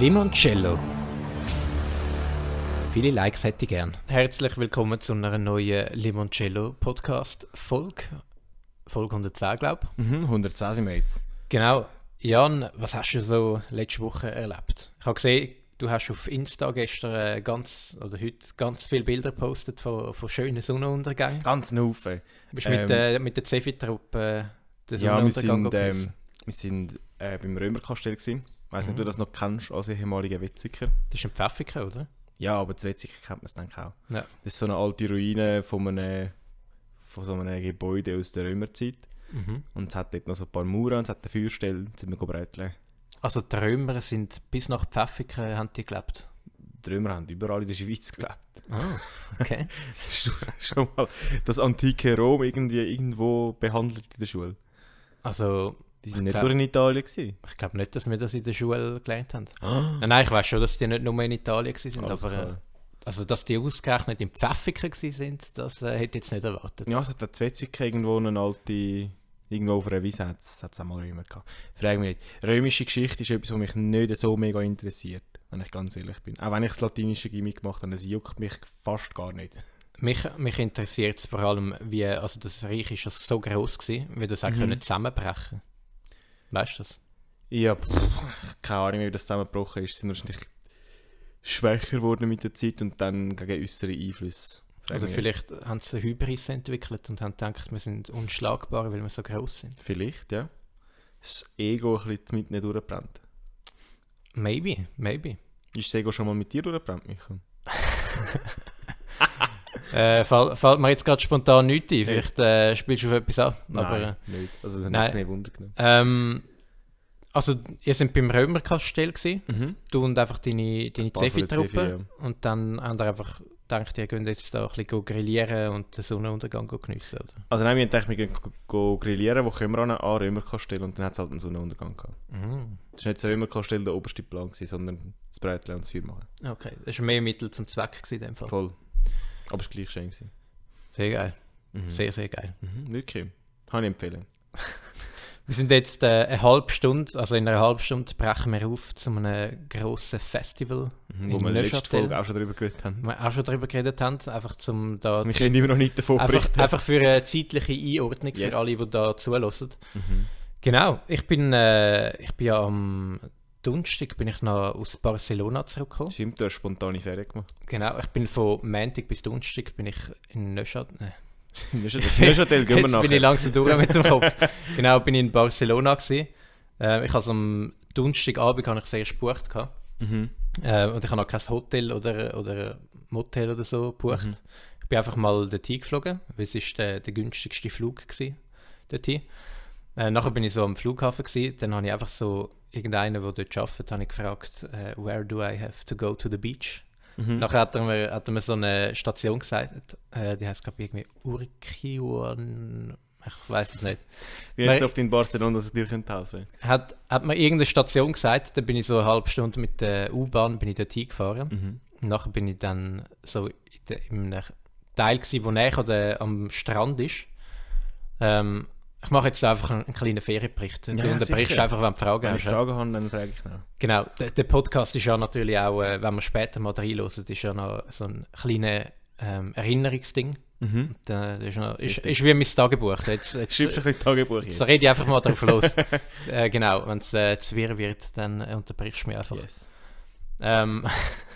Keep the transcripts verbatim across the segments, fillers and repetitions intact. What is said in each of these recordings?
Limoncello. Viele Likes hätte ich gern. Herzlich willkommen zu einer neuen Limoncello Podcast Folge. Folge hundertzehn, glaube ich. Mhm, hundertzehn sind wir jetzt. Genau. Jan, was hast du so letzte Woche erlebt? Ich habe gesehen, du hast auf Insta gestern ganz, oder heute ganz viele Bilder gepostet von, von schönen Sonnenuntergängen. Ganz ein Haufen. Du bist Ähm, mit, äh, mit der Cefi-Truppe den Ja, wir Sonnenuntergang sind, ähm, geniessen. wir sind äh, beim Römerkastell gewesen. Ich weiss nicht, ob du das noch kennst als ehemaliger Wetziger. Das ist ein Pfäffiker, oder? Ja, aber zu Wetziger kennt man es dann auch. Ja. Das ist so eine alte Ruine von einem, von so einem Gebäude aus der Römerzeit. Mhm. Und es hat dort noch so ein paar Mauern und es hat eine Feuerstelle. Jetzt sind wir bräteln. Also die Römer sind bis nach Pfäffiken haben die gelebt. Die Römer haben überall in der Schweiz gelebt. Ah, okay. Hast du schon mal das antike Rom irgendwie irgendwo behandelt in der Schule? Also Die sind Ich nicht glaub- nur in Italien gewesen. ich glaube nicht, dass wir das in der Schule gelernt haben. Ah, Nein, nein, ich weiß schon, dass die nicht nur in Italien waren, alles aber äh, klar. also, dass die ausgerechnet in Pfäffiken sind, das äh, hätte ich jetzt nicht erwartet. Ja, es hat eine Zwetziger irgendwo eine alte, irgendwo auf einer Wiese hat es auch mal Römer gehabt. Frag mich nicht. Römische Geschichte ist etwas, was mich nicht so mega interessiert, wenn ich ganz ehrlich bin. Auch wenn ich das latinische Gimmick gemacht habe, es juckt mich fast gar nicht. Mich, mich interessiert es vor allem, wie, also das Reich ist ja so gross gewesen, wie das auch Mhm. können zusammenbrechen. Weißt du das? Ja, pff, keine Ahnung, wie das zusammengebrochen ist. Sie sind wahrscheinlich schwächer geworden mit der Zeit und dann gegen äußere Einflüsse. Frag Oder mich vielleicht haben sie eine Hybris entwickelt und haben gedacht, wir sind unschlagbar, weil wir so gross sind. nicht. Vielleicht, ja. Das Ego ein bisschen mit nicht durchbrennt. Maybe, maybe. Ist das Ego schon mal mit dir durchbrennt, Michael? Äh, fall, fällt mir jetzt gerade spontan nichts ein. Hey. Vielleicht äh, spielst du auf etwas an. Aber, Nein, nicht. Also dann nein. hat es mich Wunder genommen. ähm, also, ihr seid beim Römerkastell gewesen. Mhm. Du und einfach deine, deine Ein paar von der Cefi-Truppe. Cefi, Und dann haben ihr einfach gedacht, ihr könnt jetzt da ein bisschen grillieren und den Sonnenuntergang geniessen, oder? Also nein, wir haben gedacht, wir gehen go- go grillieren, wo kommen wir an? An Römerkastell und dann hat es halt einen Sonnenuntergang gehabt. Mhm. Das war nicht das Römerkastell der oberste Plan, gewesen, sondern das Brätchen und das Feuer machen. Okay, das war mehr Mittel zum Zweck gewesen, in dem Fall. Voll. Aber es war gleich schön. Gewesen. Sehr geil. Mhm. Sehr, sehr geil. Mhm, wirklich. Kann ich empfehlen. Wir sind jetzt äh, eine halbe Stunde, also in einer halben Stunde brechen wir auf zu einem grossen Festival, Mhm, In wo wir in der letzten Neuchâtel. Folge auch schon darüber geredet haben. wo wir auch schon darüber geredet haben, einfach zum da Wir können immer noch nicht davon einfach, berichten. einfach für eine zeitliche Einordnung Yes. für alle, die da zuhören. Mhm. Genau, ich bin, äh, ich bin ja am Donnerstag bin ich noch aus Barcelona zurückgekommen. Stimmt, du hast spontane Ferien gemacht. Genau, ich bin von Montag bis Donnerstag bin ich in Neuchâtel. Äh, Neuchâtel gehen wir Jetzt bin ich nachher. langsam durch mit dem Kopf. Genau, bin ich in Barcelona gewesen. Äh, ich habe am Donnerstagabend habe ich sehr gebucht gehabt. Mhm. Äh, und ich habe noch kein Hotel oder, oder Motel oder so gebucht. Mhm. Ich bin einfach mal dorthin geflogen, weil es ist der, der günstigste Flug war dorthin. Äh, nachher bin ich so am Flughafen gewesen, dann habe ich einfach so irgendeinen, der dort arbeitet, habe ich gefragt, äh, where do I have to go to the beach? Mhm. Nachher hat er, mir, hat er mir so eine Station gesagt, äh, die heisst glaube ich irgendwie Urquion, ich weiß es nicht. Wie jetzt oft in Barcelona, dass ich dir helfen könnte. Hat, hat mir irgendeine Station gesagt, dann bin ich so eine halbe Stunde mit der U-Bahn bin ich dort hingefahren. Mhm. Und nachher bin ich dann so in, der, in einem Teil gewesen, wo näher an der, am Strand ist. Ähm, ich mache jetzt einfach einen, einen kleinen Ferienbericht. Ja, du unterbrichst sicher. einfach, wenn du Fragen Wenn ich hast. ja. Fragen habe, dann frage ich nach. Genau, der, der Podcast ist ja natürlich auch, äh, wenn man später mal reinhören, ist ja noch so ein kleines ähm, Erinnerungsding. Mhm. Da, das ist, noch, ist, Richtig. ist wie mein Tagebuch. Jetzt, jetzt, Schreibst du ein bisschen Tagebuch jetzt jetzt? rede ich einfach mal drauf los. äh, genau, wenn es äh, zu wirr wird, dann äh, unterbrichst du mich einfach. Yes. Ähm,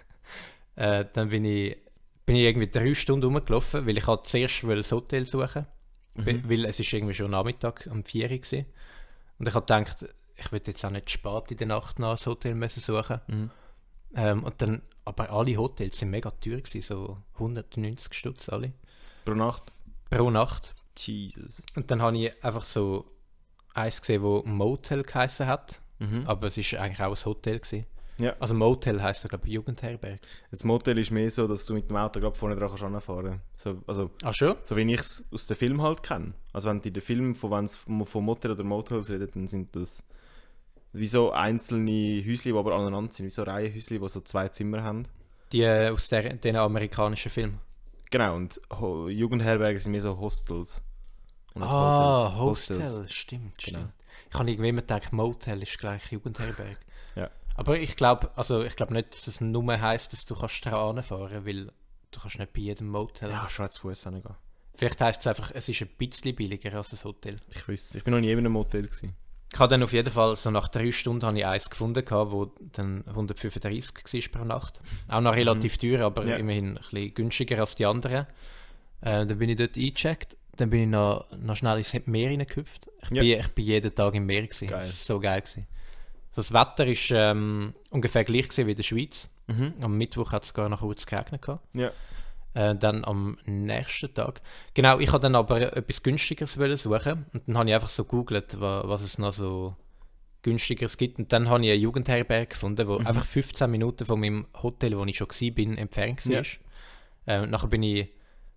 äh, dann bin ich, bin ich irgendwie drei Stunden rumgelaufen, weil ich halt zuerst will das Hotel suchen wollte, Mhm. weil es ist irgendwie schon Nachmittag um vier Uhr war. Und ich habe gedacht, ich würde jetzt auch nicht spät in der Nacht nach das Hotel müssen suchen. Mhm. Ähm, und dann, aber alle Hotels sind mega teuer gewesen, so hundertneunzig Stutz alle Pro Nacht? pro Nacht. Jesus. Und dann habe ich einfach so eins gesehen, wo Motel geheißen hat, Mhm. aber es ist eigentlich auch ein Hotel gewesen. Ja. Also Motel heisst ja, glaube ich, Jugendherberg. Das Motel ist mehr so, dass du mit dem Auto gerade vorne dran kannst fahren. So, also, Ach schon? so wie ich es aus dem Film halt kenne. Also wenn du in den Film von, wenn's vom von Motel oder Motels redet, dann sind das wie so einzelne Häuschen, die aber aneinander sind. Wie so Reihenhäuschen, die so zwei Zimmer haben. Die äh, aus der, den amerikanischen Film. Genau, und Ho Jugendherberge sind mehr so Hostels. Und nicht Ah, Hotels. Hostel, Hostels. stimmt, Genau. stimmt. Ich habe irgendwie immer gedacht, Motel ist gleich Jugendherberg. Ja. Aber ich glaube also ich glaub nicht, dass es nur heisst, dass du kannst daran fahren, weil du kannst nicht bei jedem Motel. Ja, schon zu Fuß gehen. Vielleicht heisst es einfach, es ist ein bisschen billiger als ein Hotel. Ich wüsste, ich bin noch nie in einem Hotel gewesen. Ich habe dann auf jeden Fall, so nach drei Stunden habe ich eins gefunden, wo dann hundertfünfunddreißig war pro Nacht. Auch noch relativ teuer, aber Ja. immerhin ein bisschen günstiger als die anderen. Äh, dann bin ich dort eingecheckt, dann bin ich noch, noch schnell ins Meer reingehüpft. Ich, Ja. bin, ich bin jeden Tag im Meer gewesen. Geil. Das war so geil gewesen. Das Wetter war ähm, ungefähr gleich gewesen wie in der Schweiz. Mhm. Am Mittwoch hat es sogar noch kurz geregnet gehabt. Ja. Äh, dann am nächsten Tag. Genau, ich wollte dann aber etwas Günstigeres wollen suchen. Und dann habe ich einfach so gegoogelt, wa- was es noch so Günstigeres gibt. Und dann habe ich eine Jugendherberge gefunden, wo Mhm. einfach fünfzehn Minuten von meinem Hotel, wo ich schon war, entfernt war. Ja. Äh, nachher bin ich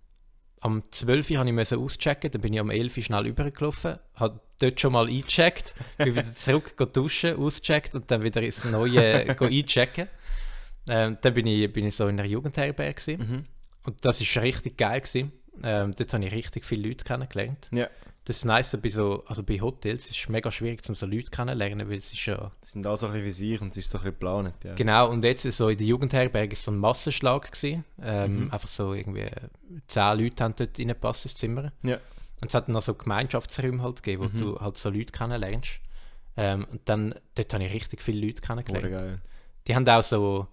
am zwölf Uhr habe ich müssen auschecken, dann bin ich am elf Uhr schnell übergelaufen, habe dort schon mal eingecheckt, bin wieder zurück, go duschen, auscheckt und dann wieder ins Neue go einchecken. Ähm, dann bin ich, bin ich so in einer Jugendherberge gewesen. Mhm. Und das war richtig geil gewesen. Ähm, dort habe ich richtig viele Leute kennengelernt. Ja. Das ist nice bei so, also bei Hotels ist es mega schwierig, um so Leute kennenzulernen, weil es ist ja... Das sind alle so ein bisschen für sich und es ist so ein bisschen geplant. Ja. Genau, und jetzt so in der Jugendherberge ist so ein Massenschlag gewesen. Ähm, Mhm. Einfach so irgendwie zehn Leute haben dort reingepasst ins Zimmer. Ja. Und es hat dann noch so Gemeinschaftsräume halt gegeben, wo Mhm. du halt so Leute kennenlernst. Ähm, und dann, dort habe ich richtig viele Leute Hure kennengelernt. geil. Die haben auch so,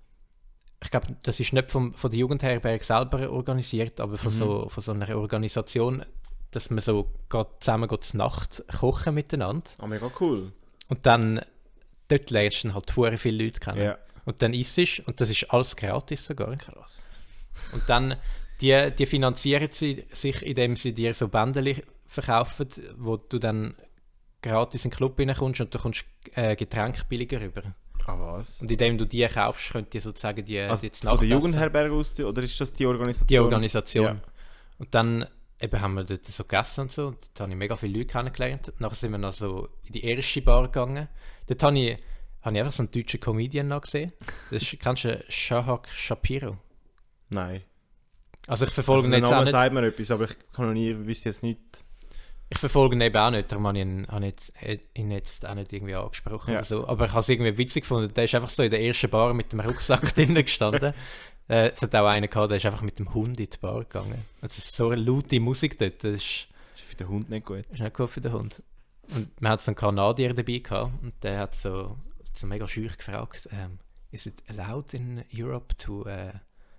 ich glaube, das ist nicht vom, von der Jugendherberge selber organisiert, aber von, Mhm. so, von so einer Organisation, dass man so geht, zusammen geht zur Nacht kochen miteinander. Ah, mega cool. Und dann, dort lernst du dann halt hure viele Leute kennen. Ja. Und dann isst es, und das ist alles gratis sogar. Krass. Und dann, die, die finanzieren sie sich, indem sie dir so Bändeli verkaufen, wo du dann gratis in den Club reinkommst und du kommst äh, Getränke billiger rüber. Ah, was? Und indem du die kaufst, könnt ihr sozusagen die, Also die zu von der Nacht essen. Jugendherberge aus, die- oder ist das die Organisation? Die Organisation. Ja. Und dann eben haben wir dort so gegessen und so. Und da habe ich mega viele Leute kennengelernt. Nachher sind wir noch so in die erste Bar gegangen. Dort habe ich, habe ich einfach so einen deutschen Comedian noch gesehen. Das ist, kennst du Shahak Shapiro? Nein. Also ich verfolge Also ihn der jetzt auch Name nicht. sagt mir etwas, aber ich kann noch nie, wüsste jetzt nicht. Ich verfolge ihn eben auch nicht, darum habe ich ihn, habe ich jetzt- ihn jetzt auch nicht irgendwie angesprochen Ja. oder so. Aber ich habe es irgendwie witzig gefunden. Der ist einfach so in der ersten Bar mit dem Rucksack drinnen gestanden. Äh, es hat auch einen gehabt, der ist einfach mit dem Hund in die Bar gegangen. Es ist so eine laute Musik dort, das ist, Ist für den Hund nicht gut. ist nicht gut für den Hund. Und man hat so einen Kanadier dabei gehabt und der hat so, so mega schüch gefragt, ähm, is it allowed in Europe to uh,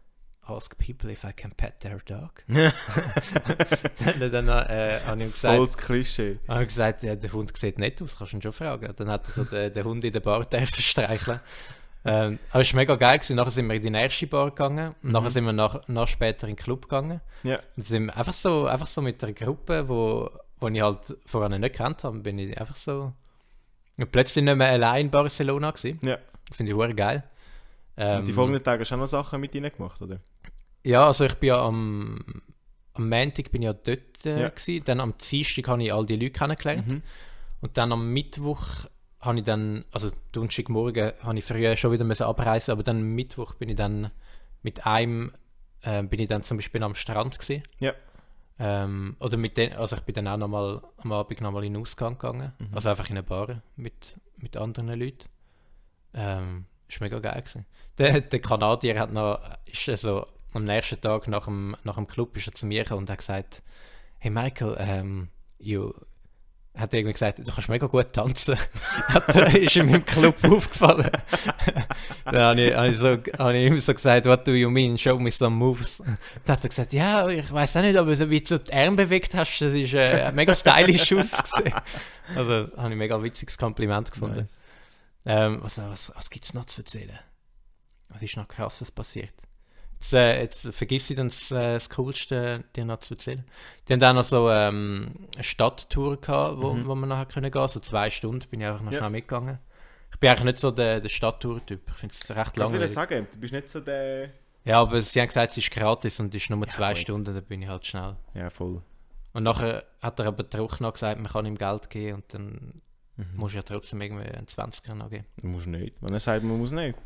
ask people if I can pet their dog? dann dann äh, habe ich ihm gesagt, Volles Klischee. habe ich gesagt, ja, der Hund sieht nett aus, kannst du ihn schon fragen. Dann hat er so den, den Hund in der Bar dürfen streicheln. Ähm, aber es war mega geil gewesen. Nachher sind wir in die nächste Bar gegangen. Und nachher sind wir nach, nach später in den Club gegangen. Ja. Und sind wir einfach so, einfach so mit einer Gruppe, wo, wo ich halt vorher nicht gekannt habe, bin ich einfach so und plötzlich nicht mehr allein in Barcelona gewesen. Ja. Finde ich hure geil. Ähm, Und die folgenden Tage hast du auch noch Sachen mit ihnen gemacht, oder? Ja, also ich bin ja am, am Montag bin ich ja dort äh, Ja. gewesen. Dann am Dienstag habe ich all die Leute kennengelernt. Mhm. Und dann am Mittwoch habe ich dann, also Donnerstagmorgen habe ich früher schon wieder müssen abreisen, aber dann am Mittwoch bin ich dann mit einem, äh, bin ich dann zum Beispiel am Strand gewesen. Ja. Ähm, oder mit den, also ich bin dann auch noch mal, am Abend nochmal in den Ausgang gegangen, Mhm. also einfach in eine Bar mit, mit anderen Leuten. Ähm, ist mega geil gewesen. Der, der Kanadier hat noch, ist also am nächsten Tag nach dem, nach dem Club ist er zu mir gekommen und hat gesagt, hey Michael, ähm, you, hat irgendwie gesagt, du kannst mega gut tanzen. hat, er- ist in meinem Club aufgefallen. Dann habe ich, habe ich, so, habe ich ihm so gesagt, what do you mean, show me some moves. Dann hat er gesagt, ja, ich weiß auch nicht, aber so wie du die Arme bewegt hast, das ist äh, mega stylisch ausgesehen. Also habe ich mega witziges Kompliment gefunden. Nice. Ähm, was was, was gibt es noch zu erzählen? Was ist noch krasses passiert? Jetzt, äh, jetzt vergiss ich dann das, äh, das Coolste, dir noch zu erzählen. Die haben auch noch so ähm, eine Stadttour gehabt, wo, Mhm. wo wir nachher können gehen. So zwei Stunden bin ich einfach noch Ja. schnell mitgegangen. Ich bin eigentlich nicht so der, der Stadttour-Typ. Ich finde es recht Ich wollte langweilig. sagen, du bist nicht so der... Ja, aber sie haben gesagt, es ist gratis und es ist nur Ja, zwei gut. Stunden, da bin ich halt schnell. Ja, voll. Und nachher hat er aber doch noch gesagt, man kann ihm Geld geben und dann Mhm. muss ja trotzdem irgendwie einen zwanziger noch geben. Du musst nicht. Wenn er sagt, man muss nicht.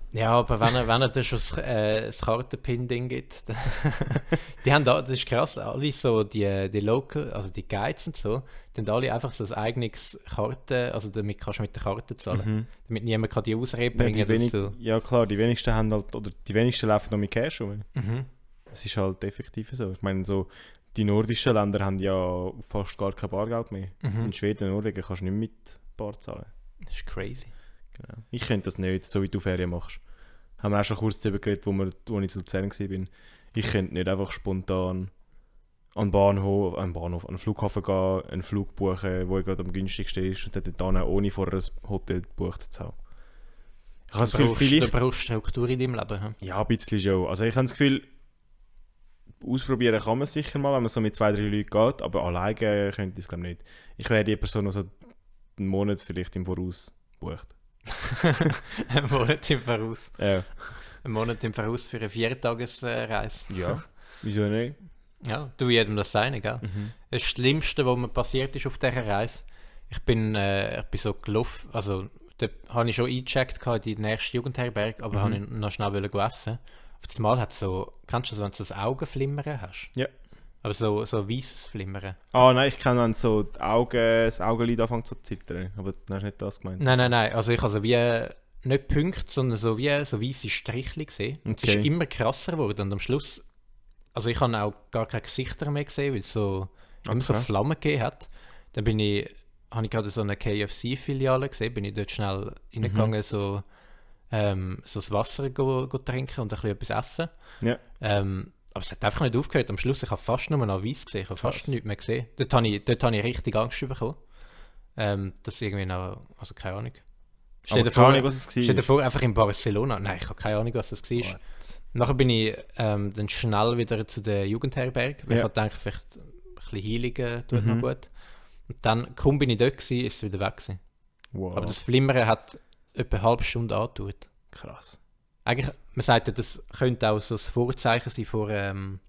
Ja, aber wenn er, wenn er dann schon das, äh, das Kartenpin-Ding gibt, dann- die haben da, das ist krass, alle so die, die Local, also die Guides und so, die haben alle einfach so ein eigenes Karten, also damit kannst du mit der Karte zahlen. Mhm. Damit niemand kann die Ausrede Ja, bringen, die dass wenig, du... ja klar, die wenigsten haben halt, oder die wenigsten laufen noch mit Cash rum. Mhm. Es ist halt effektiv so. Ich meine, so, die nordischen Länder haben ja fast gar kein Bargeld mehr. Mhm. In Schweden und Norwegen kannst du nicht mit Bar zahlen. Das ist crazy. Genau. Ich könnte das nicht, so wie du Ferien machst. Haben wir auch schon kurz darüber geredet, wo, wir, wo ich zu Luzern war. Ich könnte nicht einfach spontan an den Bahnhof, an den Bahnhof, an den Flughafen gehen, einen Flug buchen, wo gerade am günstigsten ist und dann, dann ohne vorher ein Hotel gebucht zu haben. Ich habe das Du Gefühl, brauchst, du vielleicht... brauchst Struktur in deinem Leben. Hm? Ja, ein bisschen schon. Also ich habe das Gefühl, ausprobieren kann man es sicher mal, wenn man so mit zwei, drei Leuten geht, aber alleine könnte ich es glaube ich nicht. Ich wäre die Person, die so einen Monat vielleicht im Voraus bucht. Ein Monat im Voraus. Ja. Ein Monat im Voraus für eine Viertagesreise. Ja. Wieso nicht? Ja, du jedem das seine, gell? Mhm. Das Schlimmste, was mir passiert ist auf dieser Reise, ich bin, äh, ich bin so gelaufen, also dort habe ich schon eingecheckt in die nächste Jugendherberge, aber Mhm. habe ich noch schnell wollen essen. Auf das Mal hat so, kennst du das, wenn du so das Augenflimmern hast? Ja. Aber so, so weißes Flimmern. Ah nein, ich kenne, wenn so die Augen, das Augenlid anfängt zu zittern. Aber du hast nicht das gemeint. Nein, nein, nein, also ich habe so wie, nicht Punkte, sondern so wie so weiße Strichli gesehen. Und es Okay. ist immer krasser geworden und am Schluss, also ich habe auch gar keine Gesichter mehr gesehen, weil es so, Ah, immer so krass. Flammen gegeben hat. Dann bin ich, habe ich gerade so eine K F C-Filiale gesehen, bin ich dort schnell Mhm. reingegangen, so, ähm, so das Wasser go, go trinken und ein bisschen etwas essen. Ja. Ähm, aber es hat einfach nicht aufgehört. Am Schluss, ich habe fast nur noch weiß gesehen, ich habe fast Krass. nichts mehr gesehen. Dort habe ich, dort habe ich richtig Angst bekommen. Ähm, das irgendwie noch, also keine Ahnung. Stell Aber dir keine vor, Ahnung, was es stell dir war. vor, einfach in Barcelona. Nein, ich habe keine Ahnung, was das war. What? Nachher bin ich ähm, dann schnell wieder zu der Jugendherberge, weil Ja. ich habe gedacht, vielleicht ein bisschen Heiligen tut Mhm. noch gut. Und dann, kaum bin ich dort gewesen, ist es wieder weg gewesen. Wow. Aber das Flimmern hat etwa eine halbe Stunde angetan. Krass. Eigentlich, man sagt ja, das könnte auch so ein Vorzeichen sein vor, ähm,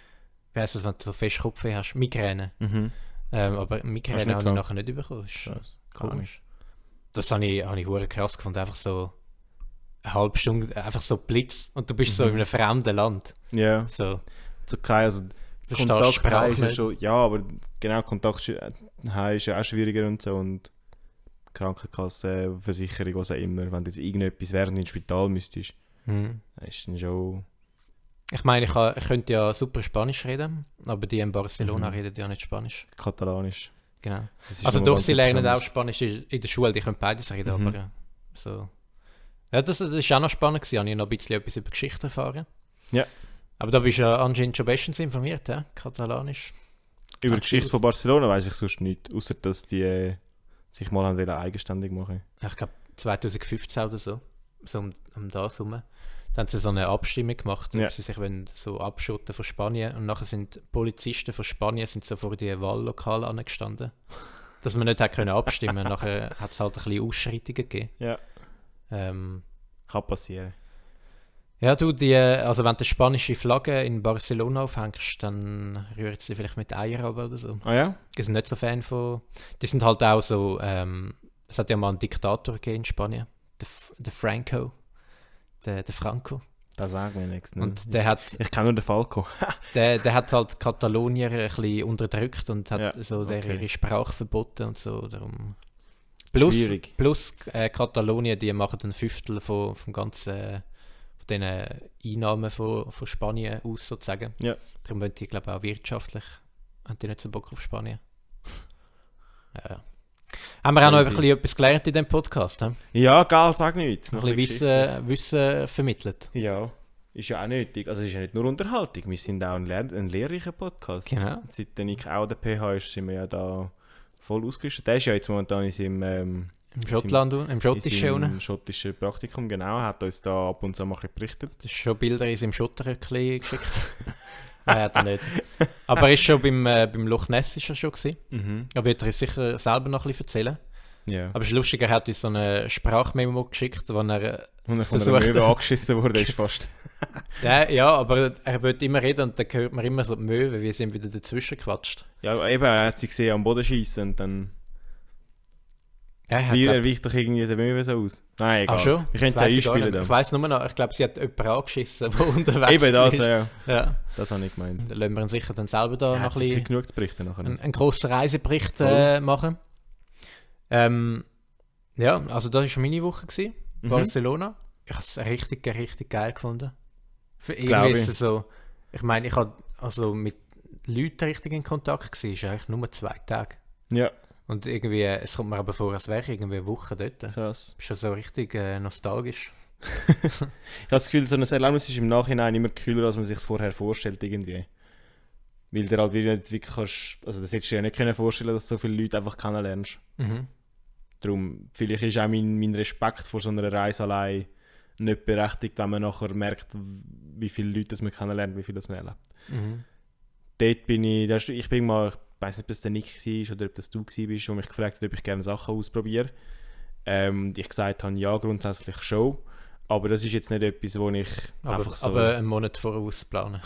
wie heisst das, wenn du so fest Kopfweh hast? Migräne. Mhm. Ähm, aber Hast du Migräne nicht habe ich gehabt? nachher nicht bekommen. Das ist Krass. komisch. Das habe ich, habe ich hure krass gefunden. Einfach so eine halbe Stunde, einfach so Blitz und du bist so Mhm. in einem fremden Land. Ja. So, So kein, also du Kontakt verstehst Sprache haben ist ja nicht. schon, ja, aber genau, Kontakt sch- haben ist ja auch schwieriger und so und Krankenkasse, Versicherung, was auch immer, wenn du jetzt irgendetwas während ins Spital müsstest, Hm. dann ist dann schon... Ich meine, ich, ha- ich könnte ja super Spanisch reden, aber die in Barcelona Mhm. reden ja nicht Spanisch. Katalanisch. Genau. Das ist Also nochmal doch, ganz sie lernen etwas auch Spanisch in in der Schule, die können beides reden, Mhm. aber äh, so. Ja, das, das ist auch noch spannend gewesen, habe ich noch ein bisschen etwas über Geschichte erfahren. Ja. Aber da bist du ja anscheinend schon bestens informiert, hä? Katalanisch. Über die Ach, Geschichte cool. von Barcelona weiß ich sonst nicht, außer dass die äh, sich mal haben wollen eigenständig machen. Ich glaube zwanzig fünfzehn oder so, so um, um das herum. Dann haben sie so eine Abstimmung gemacht, ob Ja. sie sich wollen so abschotten von Spanien. Und nachher sind Polizisten von Spanien sind so vor die Wahllokale angestanden, dass man nicht hat können abstimmen. Nachher hat es halt ein bisschen Ausschreitungen gegeben. Ja. Ähm, Kann passieren. ja, du, die, also wenn du die spanische Flagge in Barcelona aufhängst, dann rührt sie vielleicht mit Eier ab oder so. Ah ja? Die sind nicht so Fan von. Die sind halt auch so. Ähm, es hat ja mal einen Diktator gegeben in Spanien, der, F- der Franco. Der, der Franco. Das sagt mir nichts. ne? Und der hat, Ich kenne nur den Falco. der, der hat halt Katalonier ein bisschen unterdrückt und hat Ja, so der okay. ihre Sprache verboten und so. Darum. Plus, Schwierig. plus äh, Katalonien, die machen ein Fünftel von, vom ganzen, äh, von den Einnahmen von, von Spanien aus sozusagen. Ja. Darum wollen die, glaube ich, auch wirtschaftlich, haben die nicht so Bock auf Spanien. Ja, ja. Haben wir auch noch Crazy. ein bisschen etwas gelernt in diesem Podcast? He? Ja, geil, sag nichts. Noch Noch ein bisschen Geschichte. Wissen, Wissen vermittelt. Ja, ist ja auch nötig. Also es ist ja nicht nur Unterhaltung, wir sind auch ein, Lehr ein lehrreicher Podcast. Genau. Seit der Nick auch der P H ist, sind wir ja da voll ausgerüstet. Der ist ja jetzt momentan in seinem, ähm, Im in Schottland, im in Schottischen. seinem unten. schottischen Praktikum, genau, hat uns da ab und zu mal ein bisschen berichtet. Das ist schon Bilder in seinem Schotterröckchen geschickt. Nein, hat er nicht. Aber er ist schon beim, äh, beim Loch Ness ist er schon gewesen. Mhm. Er wird er uns sicher selber noch ein bisschen erzählen. Ja. Aber es ist lustig, er hat uns so eine Sprachmemo geschickt, wo er... äh, Und er von einer versucht- Möwe angeschissen wurde, ist fast. Ja, ja, aber er will immer reden und dann hört man immer so die Möwe, wie sie ihm wieder dazwischen quatscht. Ja, eben, er hat sie gesehen am Boden schießen und dann Ja, er hat, Wie glaub- er weicht doch irgendwie der Möwe so aus. Nein, egal. Ah, schon? Wir können es Das ja weiss ich gar einspielen nicht. Ich dann. weiss nur noch, ich glaube, sie hat jemanden angeschissen, der unterwegs Eben das, ist. ja. Ja. Das habe ich gemeint. Dann lassen wir ihn sicher dann selber da Ja, noch hat ein sicher bisschen genug zu berichten nachher. einen, einen grossen Reisebericht äh, machen. Ähm, ja, also das war meine Woche, gewesen, Mhm. Barcelona. Ich habe es richtig, richtig geil gefunden. Für ihn Glaube ist ich. es so, ich meine, ich habe also mit Leuten richtig in Kontakt gewesen, ist eigentlich nur zwei Tage. Ja, Und irgendwie, es kommt mir aber vor, als wäre ich irgendwie eine Woche dort. Ich krass. bin schon so richtig äh, nostalgisch. Ich habe das Gefühl, so ein Erlebnis ist im Nachhinein immer kühler, als man sich es vorher vorstellt irgendwie. Weil du halt wieder nicht wirklich kannst, also das hättest du dir ja nicht können vorstellen, dass du so viele Leute einfach kennenlernst. Mhm. Darum, vielleicht ist auch mein, mein Respekt vor so einer Reise allein nicht berechtigt, wenn man nachher merkt, wie viele Leute das man kennenlernt, wie viel das man erlebt. Mhm. Dort bin ich, da hast du- ich bin mal, ich weiß nicht, ob das der Nick war oder ob das du warst, der mich gefragt hat, ob ich gerne Sachen ausprobiere. Ähm, und ich gesagt habe, ja, grundsätzlich schon. Aber das ist jetzt nicht etwas, wo ich Aber, einfach so... aber einen Monat voraus planen.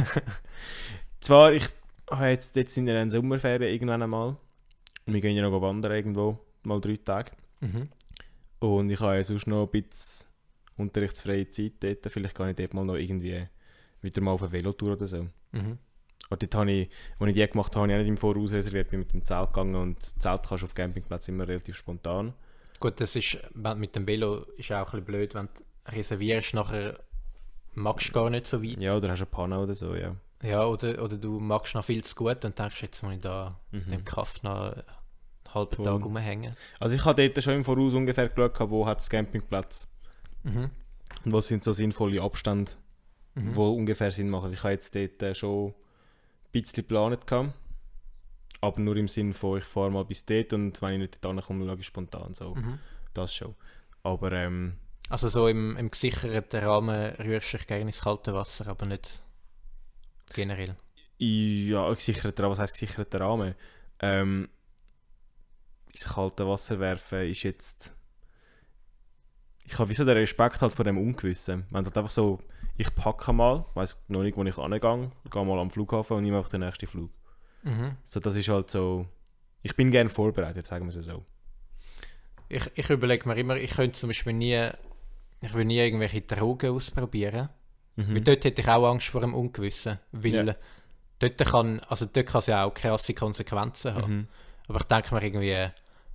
Zwar, ich habe jetzt, jetzt in den Sommerferien irgendwann einmal. Und wir gehen ja noch wandern irgendwo, mal drei Tage. Mhm. Und ich habe ja sonst noch ein bisschen unterrichtsfreie Zeit dort. Vielleicht kann ich dort mal noch irgendwie wieder mal auf eine Velotour oder so. Mhm. Und dort habe ich, als ich die gemacht habe, habe ich auch nicht im Voraus reserviert, bin mit dem Zelt gegangen und das Zelt kannst du auf Campingplätzen immer relativ spontan. Gut, das ist, wenn- mit dem Velo ist auch ein bisschen blöd, wenn du reservierst, nachher magst du gar nicht so weit. Ja, oder hast du eine Panne oder so, ja. Ja, oder, oder du magst noch viel zu gut und denkst, jetzt muss ich da Mhm. in dem Kraft noch einen halben Voll. Tag rumhängen. Also ich habe dort schon im Voraus ungefähr geschaut, wo hat es Campingplatz Mhm. und was sind so sinnvolle Abstände, Mhm. die ungefähr Sinn machen. Ich habe jetzt dort äh, schon ein bisschen geplant gehabt, aber nur im Sinn von, ich fahre mal bis dort und wenn ich nicht dort komme, schaue ich spontan so. Mhm. Das schon. Aber ähm, Also so im, im gesicherten Rahmen rührst du dich gerne ins kalte Wasser, aber nicht generell. ja, gesicherter Rahmen, was heisst gesicherter Rahmen? Ähm, ins kalte Wasser werfen ist jetzt... Ich habe wieso den Respekt halt vor dem Ungewissen. Wenn halt einfach so, ich packe mal, weiss noch nicht, wo ich hingehe, gehe mal am Flughafen und nehme einfach den nächsten Flug. Mhm. So, das ist halt so... Ich bin gerne vorbereitet, sagen wir es so. Ich, ich überlege mir immer, ich könnte zum Beispiel nie, ich will nie irgendwelche Drogen ausprobieren. Mhm. Weil dort hätte ich auch Angst vor dem Ungewissen. Weil Ja. dort kann, also dort kann es ja auch krasse Konsequenzen haben. Mhm. Aber ich denke mir irgendwie,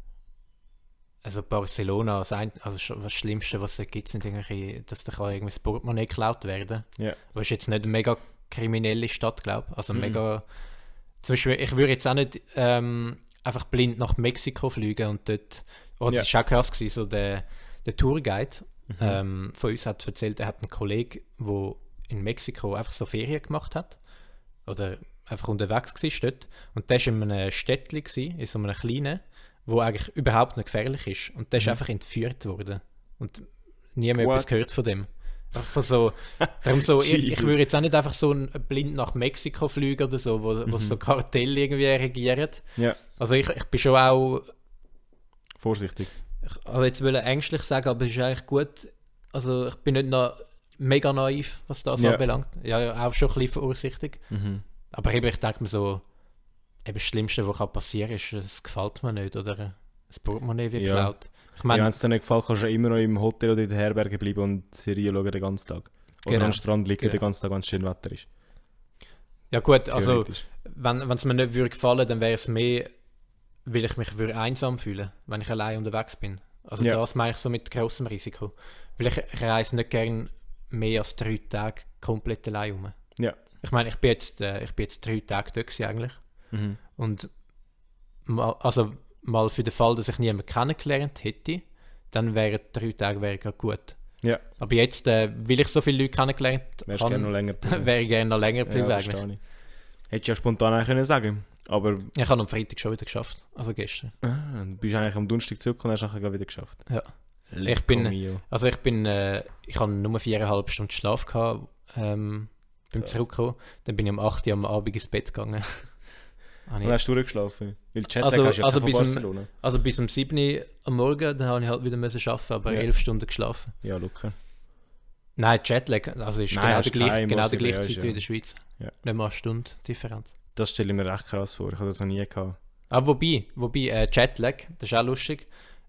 also Barcelona, das, ein, also schon das Schlimmste, was es gibt, sind irgendwelche, dass da kann irgendwie das Portemonnaie geklaut werden. Ja. Aber es ist jetzt nicht eine mega kriminelle Stadt, glaube ich. Also Mhm. mega, zum Beispiel, ich würde jetzt auch nicht ähm, einfach blind nach Mexiko fliegen und dort, oh, das Ja. war auch krass gewesen, so der, der Tourguide Mhm. ähm, von uns hat erzählt, er hat einen Kollegen, der in Mexiko einfach so Ferien gemacht hat. Oder einfach unterwegs war dort. Und der war in einem Städtchen, gewesen, in so einem kleinen, wo eigentlich überhaupt nicht gefährlich ist. Und der ist Mhm. einfach entführt worden. Und nie mehr What? etwas gehört von dem. Einfach so, darum so, ich, ich Jesus. würde jetzt auch nicht einfach so ein, blind nach Mexiko fliegen oder so, wo, wo Mhm. so Kartelle irgendwie regieren. Ja, Also ich, ich bin schon auch, vorsichtig. ich wollte jetzt wollte ängstlich sagen, aber es ist eigentlich gut. Also ich bin nicht noch mega naiv, was das Ja. anbelangt. Ja, auch schon ein bisschen vorsichtig. Mhm. Aber eben, ich denke mir so, eben das Schlimmste, was kann passieren kann, ist, es gefällt mir nicht oder das Portemonnaie wird Ja. geklaut. Ich Ja, meine, wenn es dir nicht gefällt, kannst du ja immer noch im Hotel oder in der Herberge bleiben und Serien schauen den ganzen Tag. Oder Genau. am Strand liegen Genau. den ganzen Tag, wenn es schön Wetter ist. ja gut, also Theoretisch. wenn es mir nicht würde gefallen, dann wäre es mehr, weil ich mich würde einsam fühlen, wenn ich allein unterwegs bin. Also Ja. das meine ich so mit grossem Risiko. Weil ich, ich reise nicht gern mehr als drei Tage komplett allein rum. Ja. Ich meine, ich bin jetzt, äh, ich bin jetzt drei Tage dort gewesen eigentlich. Mhm. Und mal, also mal für den Fall, dass ich niemanden kennengelernt hätte, dann wären drei Tage wäre gerade gut. Ja, Aber jetzt, äh, weil ich so viele Leute kennengelernt wärst du gerne noch habe, länger geblieben. wäre ich gerne noch länger geblieben Ja, eigentlich. verstehe ich. Hättest du ja spontan eigentlich können sagen. Aber Ich habe am Freitag schon wieder geschafft, also gestern. ah, du bist eigentlich am Donnerstag zurück und hast nachher gleich wieder geschafft. Ja. Lecco bin- mio. Also ich bin, äh, ich habe nur viereinhalb Stunden Schlaf gehabt, ähm, beim Krass. Zurückkommen. Dann bin ich um acht Uhr am Abend ins Bett gegangen. Habe Und ich- hast du durchgeschlafen? Weil Chat Also- hast du ja also von bis um- Barcelona. also bis um sieben Uhr am Morgen, dann habe ich halt wieder müssen arbeiten, aber Ja. elf Stunden geschlafen. Ja, Luca. Nein, Jetlag, also ist Nein, genau, hast der gleiche, keinen, genau muss der ich- gleiche ja, Zeit ist wie ja- in der Schweiz. Ja. Nicht mal eine Stunde Differenz. Das stelle ich mir echt krass vor. Ich habe das noch nie gehabt. Aber wobei, wobei äh, Jetlag, das ist auch lustig.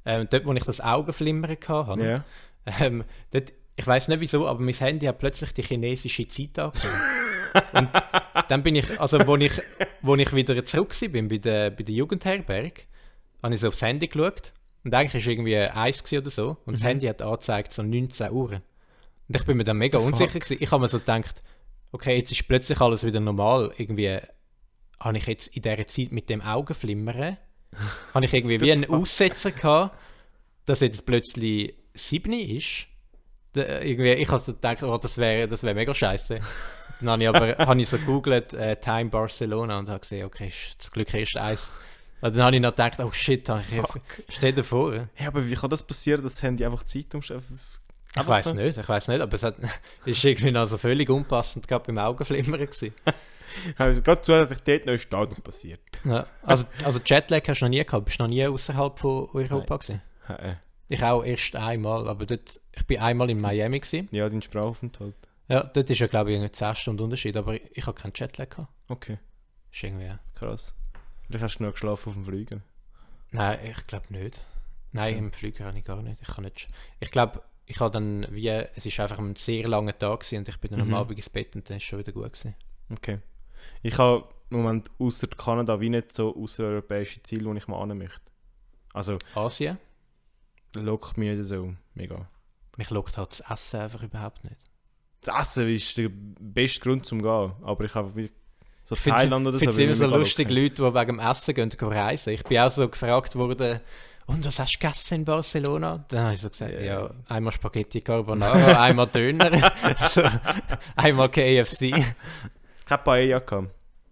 Ähm, dort, wo ich das Augenflimmern hatte, Ja. ähm, dort, ich weiß nicht wieso, aber mein Handy hat plötzlich die chinesische Zeit angegeben. Und dann bin ich, also wo ich, wo ich wieder zurück war bin bei der, bei der Jugendherberge, habe ich so aufs Handy geschaut und eigentlich war irgendwie eins oder so und das Mhm. Handy hat angezeigt so neunzehn Uhr. Und ich bin mir dann mega Fuck. unsicher gewesen. Ich habe mir so gedacht, okay, jetzt ist plötzlich alles wieder normal. Irgendwie habe ich jetzt in dieser Zeit mit dem Augenflimmern, habe ich irgendwie wie einen Aussetzer gehabt, dass jetzt plötzlich sieben ist. Da, irgendwie, ich habe so gedacht, oh, das wäre das wär mega scheiße. Dann habe ich aber habe ich so gegoogelt, äh, Time Barcelona und habe gesehen, okay, ist, zum Glück ist eins. Und dann habe ich noch gedacht, oh shit, habe ich, stell dir vor. Ja, aber wie kann das passieren, dass das Handy einfach Zeit umstellt? Ich weiß so? nicht, ich weiß nicht, aber es hat, ist irgendwie noch so völlig unpassend, gerade beim Augenflimmern gewesen. Also, gerade zusätzlich dort noch ist Datum passiert. Ja, also, also Jetlag hast du noch nie gehabt, bist du noch nie außerhalb von Europa gewesen? Äh, Ich auch erst einmal, aber dort, ich bin einmal in Miami gewesen. Ja, dein Sprachaufenthalt. Ja, dort ist ja glaube ich irgendwie zehn Stunden Unterschied, aber ich, ich habe keinen Jetlag gehabt. Okay, Ist irgendwie, ja. krass. Vielleicht hast du noch geschlafen auf dem Flüger. Nein, ich glaube nicht. Nein, Okay. im Flieger habe ich gar nicht. Ich kann nicht. sch- Ich glaube, ich habe dann wie, es ist einfach ein sehr langer Tag gewesen und ich bin dann Mhm. am Abend ins Bett und dann ist es schon wieder gut gewesen. Okay. Ich habe im Moment außer Kanada wie nicht so außereuropäische Ziele, wo ich mal hin möchte. Also, Asien, lockt mich nicht so mega. mich lockt halt das Essen einfach überhaupt nicht. Das Essen ist der beste Grund zum Gehen, aber ich habe wie so Ich finde Thailand oder es so. immer will mich so mega lustig, locken. Leute, die wegen dem Essen gehen, gehen reisen. Ich bin auch so gefragt worden, und was hast du gegessen in Barcelona? Dann habe ich so gesagt, Ja. ja, einmal Spaghetti Carbonara, einmal Döner, so, einmal K F C. Keine Paella gehabt.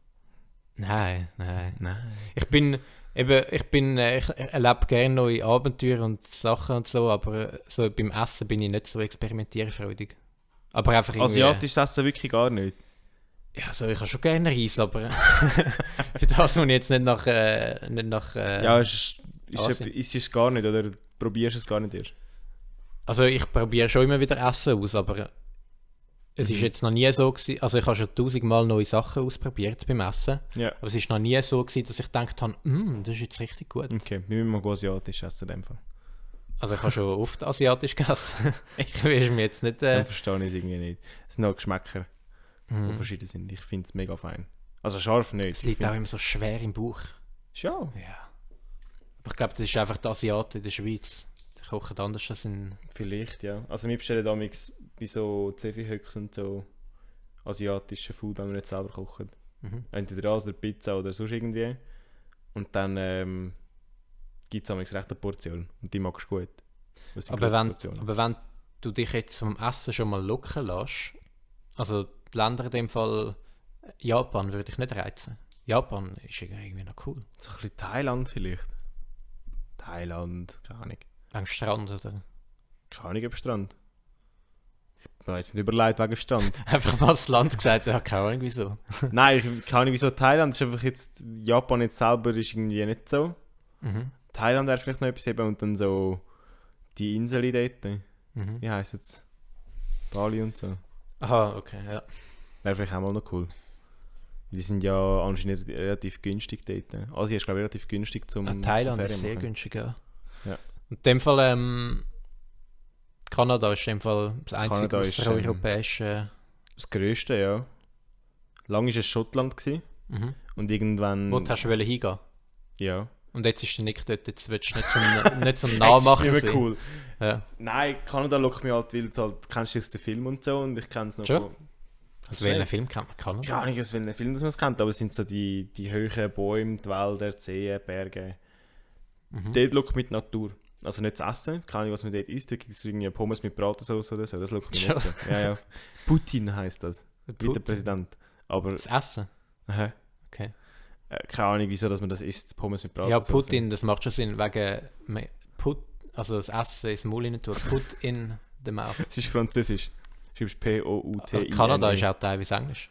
Nein, nein. Nein. Ich bin, eben, ich bin, äh, ich erlebe gerne neue Abenteuer und Sachen und so, aber äh, so beim Essen bin ich nicht so experimentierfreudig. Aber einfach irgendwie... Asiatisch essen wirklich gar nicht. Ja, so, ich habe schon gerne Reis, aber für das muss ich jetzt nicht nach... Äh, nicht nach äh, Ja, ist, ist, Asien. ist, ist es gar nicht oder probierst du es gar nicht erst? Also ich probiere schon immer wieder Essen aus, aber es ist Mhm. jetzt noch nie so gewesen, also ich habe schon tausendmal neue Sachen ausprobiert beim Essen, Ja. aber es ist noch nie so gewesen, dass ich gedacht habe, mm, das ist jetzt richtig gut. Okay, wir müssen mal asiatisch essen in dem Fall. Also ich habe schon oft asiatisch gegessen. Ich will mir jetzt nicht... Dann Äh, verstehe ich es irgendwie nicht. Es sind auch Geschmäcker, die mm. verschieden sind. Ich finde es mega fein. Also scharf nicht. Es liegt auch immer so schwer im Bauch. Schon. Ja. Aber ich glaube, das ist einfach die Asiaten in der Schweiz. Die kochen anders als in... Vielleicht, ja. Also wir bestellen damals bei so Zefi-Höcks und so asiatischen Food, wenn wir nicht selber kochen. Mhm. Entweder das oder Pizza oder sonst irgendwie. Und dann ähm, gibt es damals recht eine Portion. Und die magst du gut. Das sind Aber grosse wenn, Portionen. aber wenn du dich jetzt vom Essen schon mal locken lässt, also die Länder in dem Fall, Japan würde ich nicht reizen. Japan ist irgendwie noch cool. So ein bisschen Thailand vielleicht. Thailand, keine Ahnung. Am Strand oder... Keine Ahnung, ob Strand. Ich habe jetzt nicht überlegt wegen Strand. Einfach mal das Land gesagt, ja, keine Ahnung wieso. Nein, ich keine Ahnung, wieso Thailand ist einfach jetzt... Japan jetzt selber ist irgendwie nicht so. Mhm. Thailand wäre vielleicht noch etwas eben und dann so die Insel dort. Mhm. Wie heisst es? Bali und so. Aha, okay, ja. Wäre vielleicht auch mal noch cool. Die sind ja anscheinend relativ günstig dort. Asien ist glaube ich relativ günstig zum, Ah, zum Thailand ist Ferien sehr machen. günstig, ja. Ja. Und in dem Fall, ähm, Kanada ist in dem Fall das einzige Kanada ist, ähm, außereuropäische... Das grösste, ja. Lang war es Schottland gewesen. Mhm. Und irgendwann... Wo hast du wollen hingehen? Ja. Und jetzt ist der Nick dort, jetzt willst du nicht zum, nicht zum Jetzt ist Nachmachen es nicht sein. mehr cool. Ja. Nein, Kanada lockt mich halt, weil es halt, kennst du aus den Filmen und so und ich kenne es noch Schon? von... Aus welchen Film kennt man Kanada? Keine Ahnung, aus welchen Filmen das man es kennt, aber es sind so die, die hohen Bäume, die Wälder, die Seen, Berge. Mhm. Dort lockt mich die Natur. Also nicht das Essen, keine Ahnung, was man dort isst. Da gibt es irgendwie Pommes mit Bratensauce oder so, das lockt mich nicht so. Ja, ja. Putin heisst das, wie der Putin. Präsident. Aber, Das Essen? aha. Okay. Äh, keine Ahnung, wieso dass man das isst, Pommes mit Ja, Bratensauce. Putin, das macht schon Sinn, wegen me- Put, also das Essen ins Maul rein tun. Put in the mouth. Es ist französisch. Schreibst P O U T I N E. Also Kanada ist auch teilweise Englisch.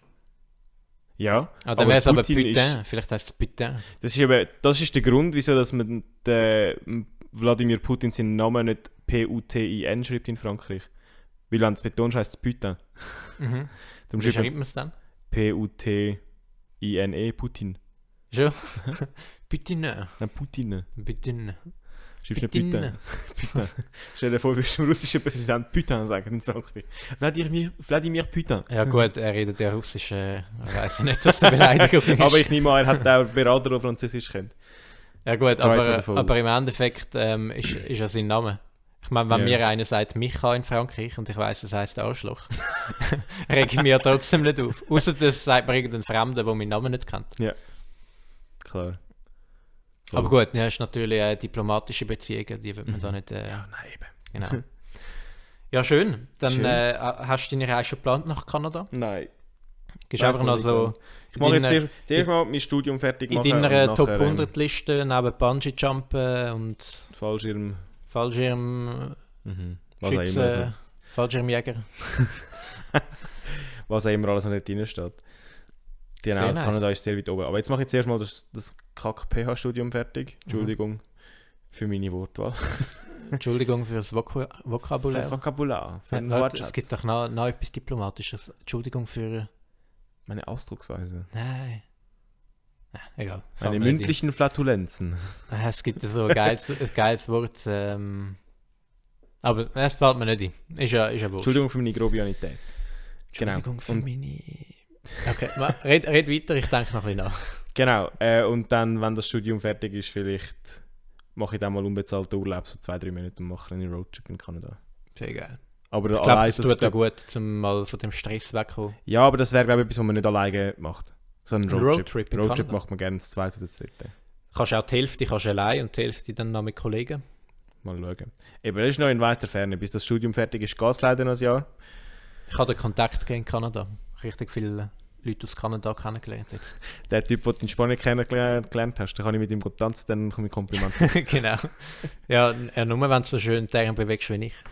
Ja, Ah, dann wäre es aber Putin Putain. ist- Vielleicht heißt es Putain. Das ist, eben, das ist der Grund, wieso dass man den Wladimir Putin seinen Namen nicht P U T I N schreibt in Frankreich. Weil wenn es betonst, heisst es Putin. Mhm. Darum Wie schreibt schreibt man man es dann? P U T I N E, Putin. Schon? Putin. Nein, Putin. Putin. Schreibst du nicht Putain? Putain. Stell dir vor, du würdest dem russischen Präsidenten Putain sagen in Frankreich. Wladimir, Wladimir Putain. Ja gut, er redet ja Russisch. Äh, ich weiss nicht, dass das eine Beleidigung ist. Aber ich nehme an, er hat auch Berater, der Französisch kennt. Ja gut, aber, aber im Endeffekt ähm, ist, ist ja sein Name. Ich meine, wenn yeah. mir einer sagt Micha in Frankreich und ich weiss, das heisst Arschloch, rege ich mich ja trotzdem nicht auf. Außer das sagt mir irgendein Fremder, der meinen Namen nicht kennt. Ja, klar. Voll. Aber gut, du hast natürlich äh, diplomatische Beziehungen, die wird man mhm. da nicht... Äh, ja, nein, eben. Genau. Ja, schön. Dann schön. Äh, hast du deine Reise schon geplant nach Kanada? Nein. Gehst einfach noch so... Ich mache jetzt zuerst, zuerst mal mein Studium fertig machen. In deiner Top hundert Liste neben Bungee-Jumpen und... Fallschirm... Fallschirm... Mhm. Was Schütze, auch immer so. Fallschirmjäger. Was auch immer alles noch nicht drin steht. Genau, nice. Kanada ist sehr weit oben. Aber jetzt mache ich zuerst mal das, das Kack-P H-Studium fertig. Entschuldigung mhm. für meine Wortwahl. Entschuldigung für das Vok Vokabular. Für das Vokabular. Für ja, Leute, es gibt doch noch, noch etwas Diplomatisches. Entschuldigung für... Meine Ausdrucksweise. Nein. Ja, egal. Meine mündlichen Flatulenzen. Es gibt so ein geiles, ein geiles Wort. Ähm, aber es fällt mir nicht ein. Ist ja, ist ja wurscht. Entschuldigung für meine Grobianität. Entschuldigung genau. für und meine... Okay, red, red weiter, ich denke noch ein bisschen nach. Genau, äh, und dann, wenn das Studium fertig ist, vielleicht mache ich dann mal unbezahlten Urlaub, so zwei, drei Minuten und mache einen Roadtrip in Kanada. Sehr geil. Aber ich glaube, das tut ja gut, um mal von dem Stress wegzukommen. Ja, aber das wäre, glaube ich, etwas, was man nicht alleine macht. So ein Roadtrip. Roadtrip, Roadtrip macht man gerne das zweite oder das dritte. Kannst auch die Hälfte kannst allein und die Hälfte dann noch mit Kollegen. Mal schauen. Eben, das ist noch in weiter Ferne. Bis das Studium fertig ist, geht es leider noch ein Jahr. Ich habe den Kontakt in Kanada. Richtig viele Leute aus Kanada kennengelernt jetzt. Der Typ, den du in Spanien kennengelernt hast, da kann ich mit ihm gut tanzen, dann komme ich Komplimente. Genau. Ja, nur wenn du so schön die Arme bewegst wie ich.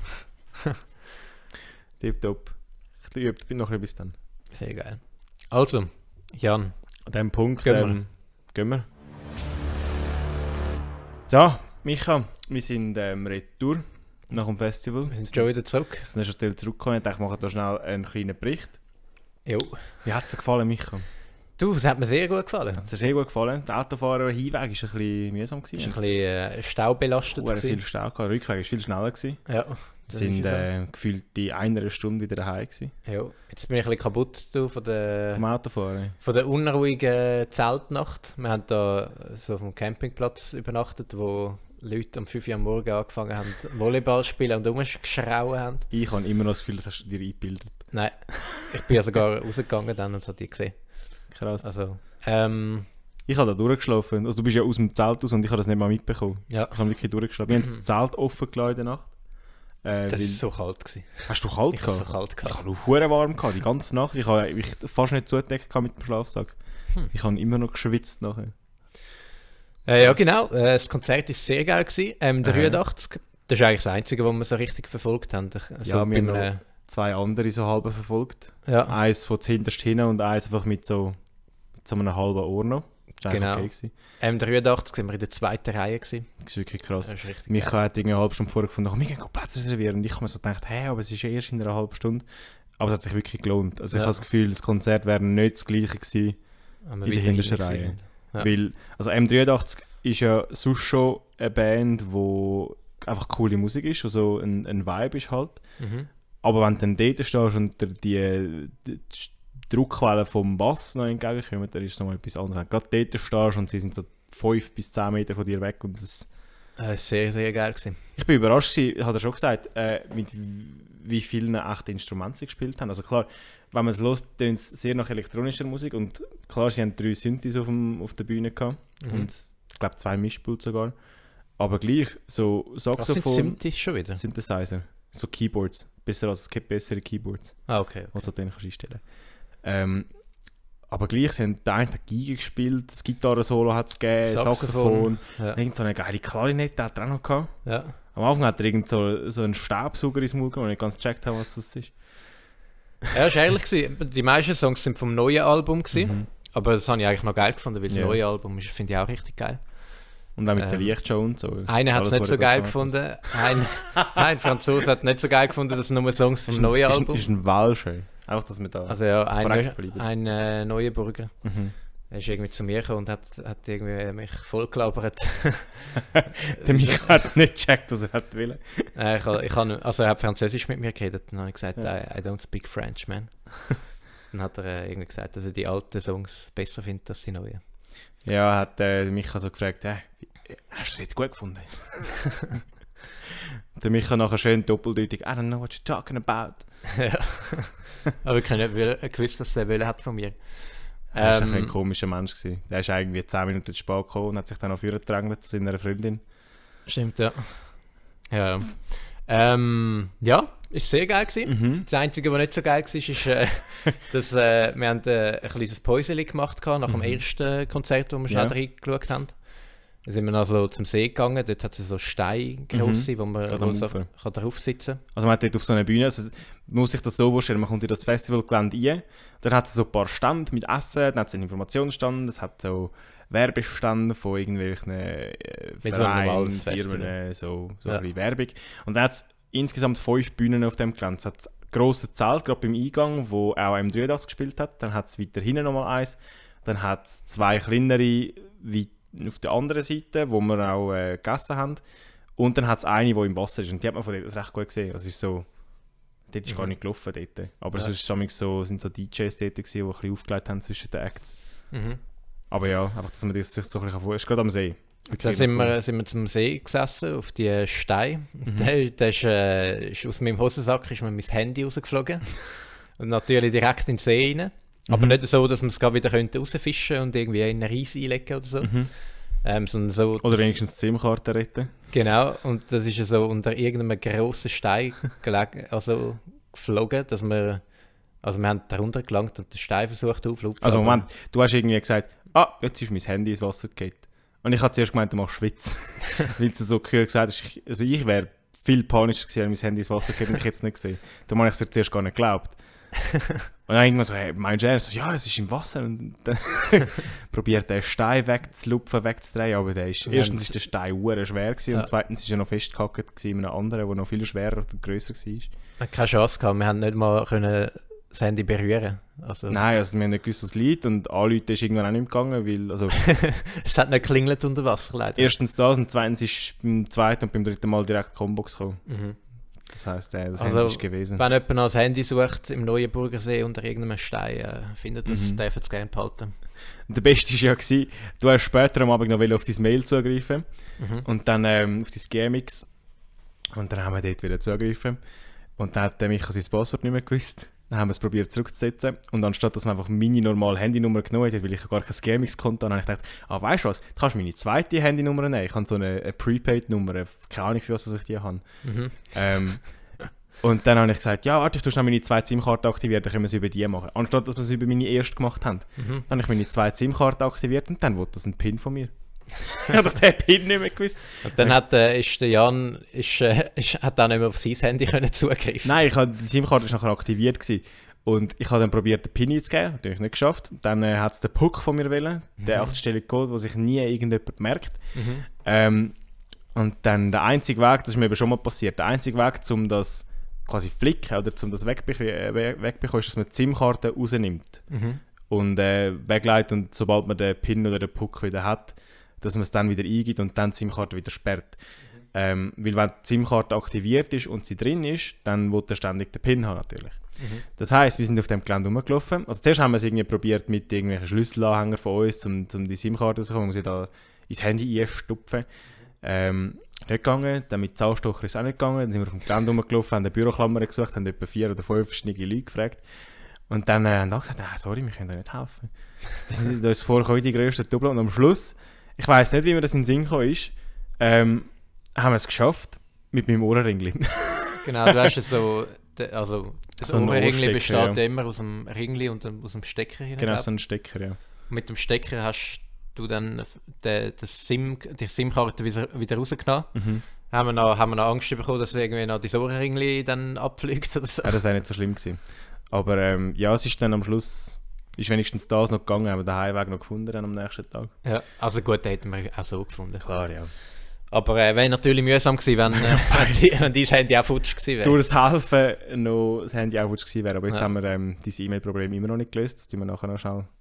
Tipptopp. Ich übe, bin noch ein bisschen bis dann. Sehr geil. Also, Jan. An diesem Punkt gehen wir. Ähm, gehen wir. So, Micha, wir sind ähm, retour nach dem Festival. Wir sind schon wieder zurück. Wir sind schon schnell zurückgekommen. Ich dachte, wir machen da schnell einen kleinen Bericht. Jo. Wie hat es dir gefallen, Micha? Du, es hat mir sehr gut gefallen. Hat es dir sehr gut gefallen? Das Autofahren Hinweg war ein bisschen mühsam. Es war ein bisschen äh, staubelastet. Es war viel Stau. Der Rückweg war viel schneller. Gewesen. Ja. Wir sind äh, gefühlt die eine Stunde wieder daheim gewesen. Ja. Jetzt bin ich ein bisschen kaputt du, von der... Vom Autofahren? Von der unruhigen Zeltnacht. Wir haben da so auf dem Campingplatz übernachtet, wo Leute um fünf Uhr am Morgen angefangen haben, Volleyball zu spielen und rumgeschrauen haben. Ich habe immer noch das Gefühl, das hast du dir eingebildet. Nein, ich bin ja sogar rausgegangen dann und habe die gesehen. Krass. Also, ähm, ich habe da durchgeschlafen. Also du bist ja aus dem Zelt raus und ich habe das nicht mal mitbekommen. Ja. Ich habe wirklich durchgeschlafen. Wir haben das Zelt offen gelassen in der Nacht. Äh, das war so kalt. Gewesen. Hast du kalt ich gehabt? Ich so kalt gehabt. Ich habe hure warm gehabt, die ganze Nacht. Ich habe mich fast nicht zugedeckt mit dem Schlafsack. Hm. Ich habe immer noch geschwitzt nachher. Äh, ja, genau. Äh, das Konzert war sehr geil. M dreiundachtzig. Äh. Das ist eigentlich das Einzige, was wir so richtig verfolgt haben. Also ja, wir haben noch äh, zwei andere so halb verfolgt. Ja. Eins von hinterst hin und eins einfach mit so, mit so einem halben Ohr noch. Das war genau. Okay M dreiundachtzig waren wir in der zweiten Reihe. Gewesen. Das ist wirklich krass. Das ist richtig Micha hat irgendwie eine halbe Stunde vorher gefunden, wir gehen Plätze reservieren. Und ich habe mir so gedacht, hä, aber es ist ja erst in einer halben Stunde. Aber es hat sich wirklich gelohnt. Also ja. Ich habe das Gefühl, das Konzert wäre nicht das gleiche gewesen in der hintersten Reihe. Ja. Weil, also M dreiundachtzig ist ja sonst schon eine Band, die einfach coole Musik ist, also ein, ein Vibe ist halt. Mhm. Aber wenn du dann dort stehst und dir die, die Druckwellen vom Bass noch entgegenkommen, dann ist es nochmal etwas anderes. Gerade dort stehst und sie sind so fünf bis zehn Meter von dir weg. Und das war äh, sehr, sehr geil gewesen. Ich bin überrascht gewesen, hat er schon gesagt, äh, mit wie vielen echten Instrumenten sie gespielt haben. Also klar, wenn man es hört, tönt es sehr nach elektronischer Musik und klar, sie haben drei Synthes auf, dem, auf der Bühne gehabt mhm. und ich glaube zwei Mischpult sogar. Aber gleich, so Saxophon... Was sind Synthes schon wieder? Synthesizer, so Keyboards. Besser als, es gibt bessere Keyboards. Ah, okay. okay. Also den kannst du einstellen. Ähm, aber gleich, sie haben da eine Geige gespielt, das Gitarre-Solo hat es gegeben, Saxophon, Saxophon ja. Irgend so eine geile Klarinette hat er auch noch gehabt. Ja. Am Anfang hat er irgend so, so einen Staubsauger ins Mund, wo ich nicht ganz gecheckt habe, was das ist. Ja, das war ehrlich. Die meisten Songs sind vom neuen Album gewesen, mhm. aber das habe ich eigentlich noch geil gefunden, weil das ja. neue Album ist, finde ich auch richtig geil. Und auch mit ähm, der Lichtshow und so. Einer hat es nicht so geil gefunden. Ein, ein Franzose hat nicht so geil gefunden, dass nur Songs vom neuen Album. Das ist ein Welscher. Auch, dass wir da also ja, ein, ein äh, neuer Bürger. Mhm. Er ist irgendwie zu mir gekommen und hat, hat irgendwie mich voll gelabert. Der Micha hat nicht gecheckt, was er hat wollen. äh, ich, ich habe, also er hat Französisch mit mir geredet und dann habe ich gesagt, Ja. I, I don't speak French, man. Dann hat er äh, irgendwie gesagt, dass er die alten Songs besser findet als die neuen. Ja, hat äh, der Micha so gefragt, hey, hast du es jetzt gut gefunden? Der Micha nachher schön doppeldeutig, I don't know what you're talking about. Ja. Aber ich habe nicht gewusst, dass er wollen hat von mir. Er war Ähm, ein komischer Mensch. Gewesen. Der ist irgendwie zehn Minuten zu spät gekommen und hat sich dann noch vorgedrängelt zu seiner Freundin. Stimmt, ja. Ja, ähm, ja, ist sehr geil gewesen. Mhm. Das Einzige, was nicht so geil war, ist, äh, dass äh, wir haben, äh, ein kleines Päuschen gemacht haben, nach dem ersten Konzert, wo wir schnell Ja. reingeschaut haben. Dann sind wir noch so zum See gegangen, dort hat es so Steine grosse, wo man Gerade am wo so, Ufer. kann drauf sitzen kann. Also man hat dort auf so einer Bühne, also man muss sich das so vorstellen, man kommt in das Festivalgelände rein, dann hat es so ein paar Stände mit Essen, dann hat es einen Informationsstand, es hat so Werbestände von irgendwelchen äh, Wie so ein Vereinen, normales Firmen, Festival. so, so Ja. ein bisschen Werbung. Und dann hat es insgesamt fünf Bühnen auf dem Gelände. Es hat ein grosses Zelt, gerade beim Eingang, wo auch M dreiundachtzig gespielt hat. Dann hat es weiter hinten nochmal eins. Dann hat es zwei kleinere wie auf der anderen Seite, wo wir auch äh, gegessen haben. Und dann hat es eine, die im Wasser ist. Und die hat man von dort recht gut gesehen. Also es ist so, dort ist Mhm. gar nicht gelaufen. Dort. Aber Ja. sonst sonst so, sind so D Js dort, gewesen, die ein bisschen aufgelegt haben zwischen den Acts. Mhm. Aber ja, einfach, dass man das sich so ein bisschen vorstellen kann. Es ist gerade am See. Dann sind wir, sind wir zum See gesessen, auf die Steine. Mhm. Der, der ist, äh, ist aus meinem Hosensack ist mir mein Handy rausgeflogen. Und natürlich direkt in den See rein. Aber Mhm. nicht so, dass man es gerade wieder könnte rausfischen und irgendwie in einen Reis einlegen oder so. Mhm. Ähm, sondern so, Oder dass- wenigstens die SIM-Karte retten. Genau, und das ist ja so unter irgendeinem grossen Stein gelegen, also geflogen, dass wir, also wir haben darunter gelangt und den Stein versucht aufzulupfen. Also aber- Moment, du hast irgendwie gesagt, ah, jetzt ist mein Handy ins Wasser gefallen. Und ich habe zuerst gemeint, du machst Schwitz. Weil du so kühl gesagt hast, ich, also ich wäre viel panischer gewesen, wenn mein Handy ins Wasser gefallen und ich hätte es nicht gesehen. Darum habe ich es dir zuerst gar nicht geglaubt. Und dann irgendwann so, hey, meinst du ernst? So, ja, es ist im Wasser. Und dann probiert den Stein wegzulupfen, wegzudrehen, aber der ist, Ja, erstens und- ist der Stein hure schwer gewesen, Ja. und zweitens ist er noch festgehackt gewesen in einem anderen, der noch viel schwerer und grösser war. Wir hatten keine Chance gehabt, wir haben nicht mal können das Handy berühren. Also, Nein, also wir haben nicht gewusst, was liegt, und anrufen ist irgendwann auch nicht mehr gegangen, weil, also es hat nicht geklingelt unter Wasser leider. erstens das und zweitens ist beim zweiten und beim dritten Mal direkt die Combox gekommen. Mhm. Das heisst, äh, das Also, Handy ist gewesen. Wenn jemand noch das Handy sucht im Neuenburger See unter irgendeinem Stein, äh, findet das, Mhm. dürfen es gerne behalten. Und der Beste war ja, gewesen, du hast später am Abend noch auf dein Mail zugreifen Mhm. und dann ähm, auf dein Gmx und dann haben wir dort wieder zugegriffen und dann hat der Micha sein Passwort nicht mehr gewusst. Dann haben wir es probiert zurückzusetzen und anstatt dass man einfach meine normale Handynummer genommen hat, weil ich ja gar kein Gmx-Konto habe, habe ich gedacht, ah, weißt du was, du kannst meine zweite Handynummer nehmen. Ich habe so eine, eine Prepaid-Nummer, keine Ahnung, für was ich die habe. Mhm. Ähm, und dann habe ich gesagt, ja, warte, ich tue schnell meine zweite SIM-Karte aktivieren, dann können wir es über die machen. Anstatt dass wir es über meine erste gemacht haben. Mhm. Dann habe ich meine zweite SIM-Karte aktiviert und dann wollte das ein PIN von mir. Ich habe doch den PIN nicht mehr gewusst. Und dann hat, äh, ist der Jan ist, äh, ist, hat auch nicht mehr auf sein Handy können zugreifen. Nein, ich habe, die SIM-Karte war nachher aktiviert gewesen. Und ich habe dann probiert, den PIN einzugeben, natürlich nicht geschafft. Dann äh, hat es den Puck von mir wollen, der Mhm. achtstellige Code, den sich nie irgendjemand merkt. Mhm. Ähm, und dann der einzige Weg, das ist mir eben schon mal passiert, der einzige Weg, um das quasi flicken oder um das wegbekommen, äh, we- wegbekommen, ist, dass man die SIM-Karte rausnimmt Mhm. und äh, wegleitet, und sobald man den PIN oder den Puck wieder hat, dass man es dann wieder eingibt und dann die SIM-Karte wieder sperrt. Ähm, weil wenn die SIM-Karte aktiviert ist und sie drin ist, dann will er ständig den PIN haben natürlich. Mhm. Das heisst, wir sind auf dem Gelände rumgelaufen. Also zuerst haben wir es irgendwie probiert mit irgendwelchen Schlüsselanhängern von uns, um, um die SIM-Karte zu kommen, um sie da ins Handy einstupfen. Ähm, nicht gegangen, dann mit Zahnstocher ist es auch nicht gegangen. Dann sind wir auf dem Gelände rumgelaufen, haben eine Büroklammer gesucht, haben etwa vier oder fünf verschiedene Leute gefragt. Und dann äh, haben wir gesagt, ah, sorry, wir können euch nicht helfen. Wir sind uns vorher die grössten Double. Und am Schluss, ich weiss nicht, wie mir das in den Sinn gekommen ist, ähm, haben wir es geschafft mit meinem Ohrenringli. Genau, du hast ja so, de- also das So ein Ohrenringli Ohrstecker, besteht ja. immer aus dem Ringli und dem, aus dem Stecker hinein. Genau, glaub. so ein Stecker, ja. Mit dem Stecker hast du dann de, de SIM, die SIM-Karte wieder, wieder rausgenommen. Mhm. Haben wir, noch, haben wir noch Angst bekommen, dass irgendwie noch die Ohrenringli dann abfliegt oder so. Ja, das wäre nicht so schlimm gewesen. Aber ähm, ja, es ist dann am Schluss, ist wenigstens das noch gegangen, haben wir den Heimweg noch gefunden dann am nächsten Tag. Ja, also gut, den hätten wir auch so gefunden. Klar, ja. Aber äh, wäre natürlich mühsam gewesen, wenn, äh, wenn, die, wenn dein Handy auch futsch gewesen wäre. Durch das Helfen noch das Handy auch futsch gewesen wäre, aber jetzt Ja. haben wir ähm, dieses E-Mail-Problem immer noch nicht gelöst, das tun wir nachher noch schnell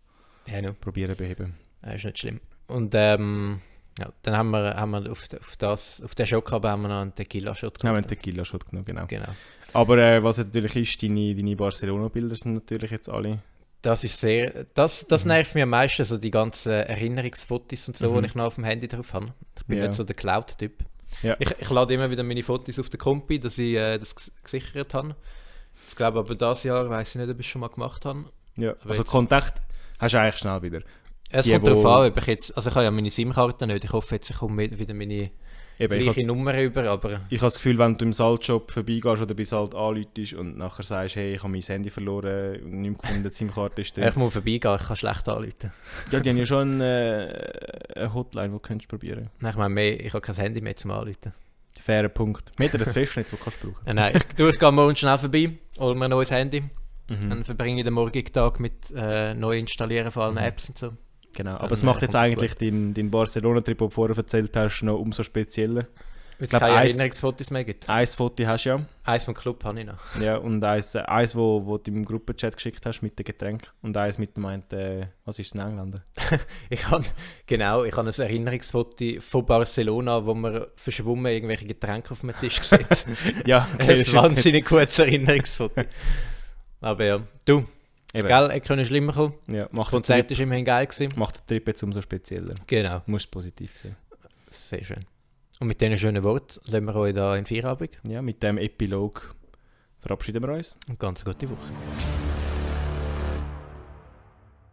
Ja, no. probieren beheben. Das ist nicht schlimm. Und ähm, ja, dann haben wir, haben wir auf, auf, das, auf den Shot haben wir noch einen Tequila-Shot genommen. Haben wir einen Tequila-Shot genommen, genau. genau. Aber äh, was natürlich ist, deine, deine Barcelona-Bilder sind natürlich jetzt alle... Das ist sehr... Das, das Mhm. nervt mich am meisten, so die ganzen Erinnerungsfotos und so, Mhm. die ich noch auf dem Handy drauf habe. Ich bin Ja. nicht so der Cloud-Typ. Ja. Ich, ich lade immer wieder meine Fotos auf den Kompi, dass ich äh, das ges- gesichert habe. Ich glaube aber dieses Jahr, weiß ich nicht, ob ich es schon mal gemacht habe. Ja, Aber also jetzt- Kontakt hast du eigentlich schnell wieder. Es Die, kommt wo- darauf an, ob ich jetzt... Also ich habe ja meine SIM-Karte nicht. Ich hoffe jetzt, ich komme mit- wieder meine Eben, ich gleiche has- Nummer über, aber... ich habe das Gefühl, wenn du im Saltshop vorbeigehst oder bis halt anläutest und nachher sagst, hey, ich habe mein Handy verloren und nicht mehr gefunden, die SIM-Karte ist drin. Ich muss vorbeigehen, ich kann schlecht anrufen. Ja, die haben ja schon äh, eine Hotline, die du könntest probieren. Nein, ich meine, mehr, ich habe kein Handy mehr zum Anrufen. Fairer Punkt. Mit das Festnetz, das kannst du brauchen. Äh, nein, ich, du, ich gehe morgen schnell vorbei, hole mir ein neues Handy. Mhm. Dann verbringe ich den morgigen Tag mit äh, neu installieren von allen Mhm. Apps und so. Genau, Dann, aber es äh, macht jetzt kommt es eigentlich deinen dein Barcelona-Trip, den du vorher erzählt hast, noch umso spezieller. Weil es glaub, keine eins- Erinnerungsfotos mehr gibt. Ein Foto hast du ja. Eins vom Club habe ich noch. Ja, und eins, äh, eins wo, wo du im Gruppenchat geschickt hast mit dem Getränk. Und eins mit dem meint, äh, was ist es, ein Engländer? Ich habe, genau, ich habe ein Erinnerungsfoto von Barcelona, wo wir verschwommen irgendwelche Getränke auf dem Tisch gesetzt. Ja, Ein ist jetzt wahnsinnig gutes Erinnerungsfoto. Aber ja, du, nicht- Eben. gell, es könnte schlimmer kommen. Ja, Das macht, den Konzert Trip, war immerhin geil gewesen. macht den Trip jetzt umso spezieller. Genau, Du musst es positiv sehen. sehr schön. Und mit diesen schönen Worten lassen wir euch da in Feierabend Ja, mit dem Epilog verabschieden wir uns. und ganz gute Woche.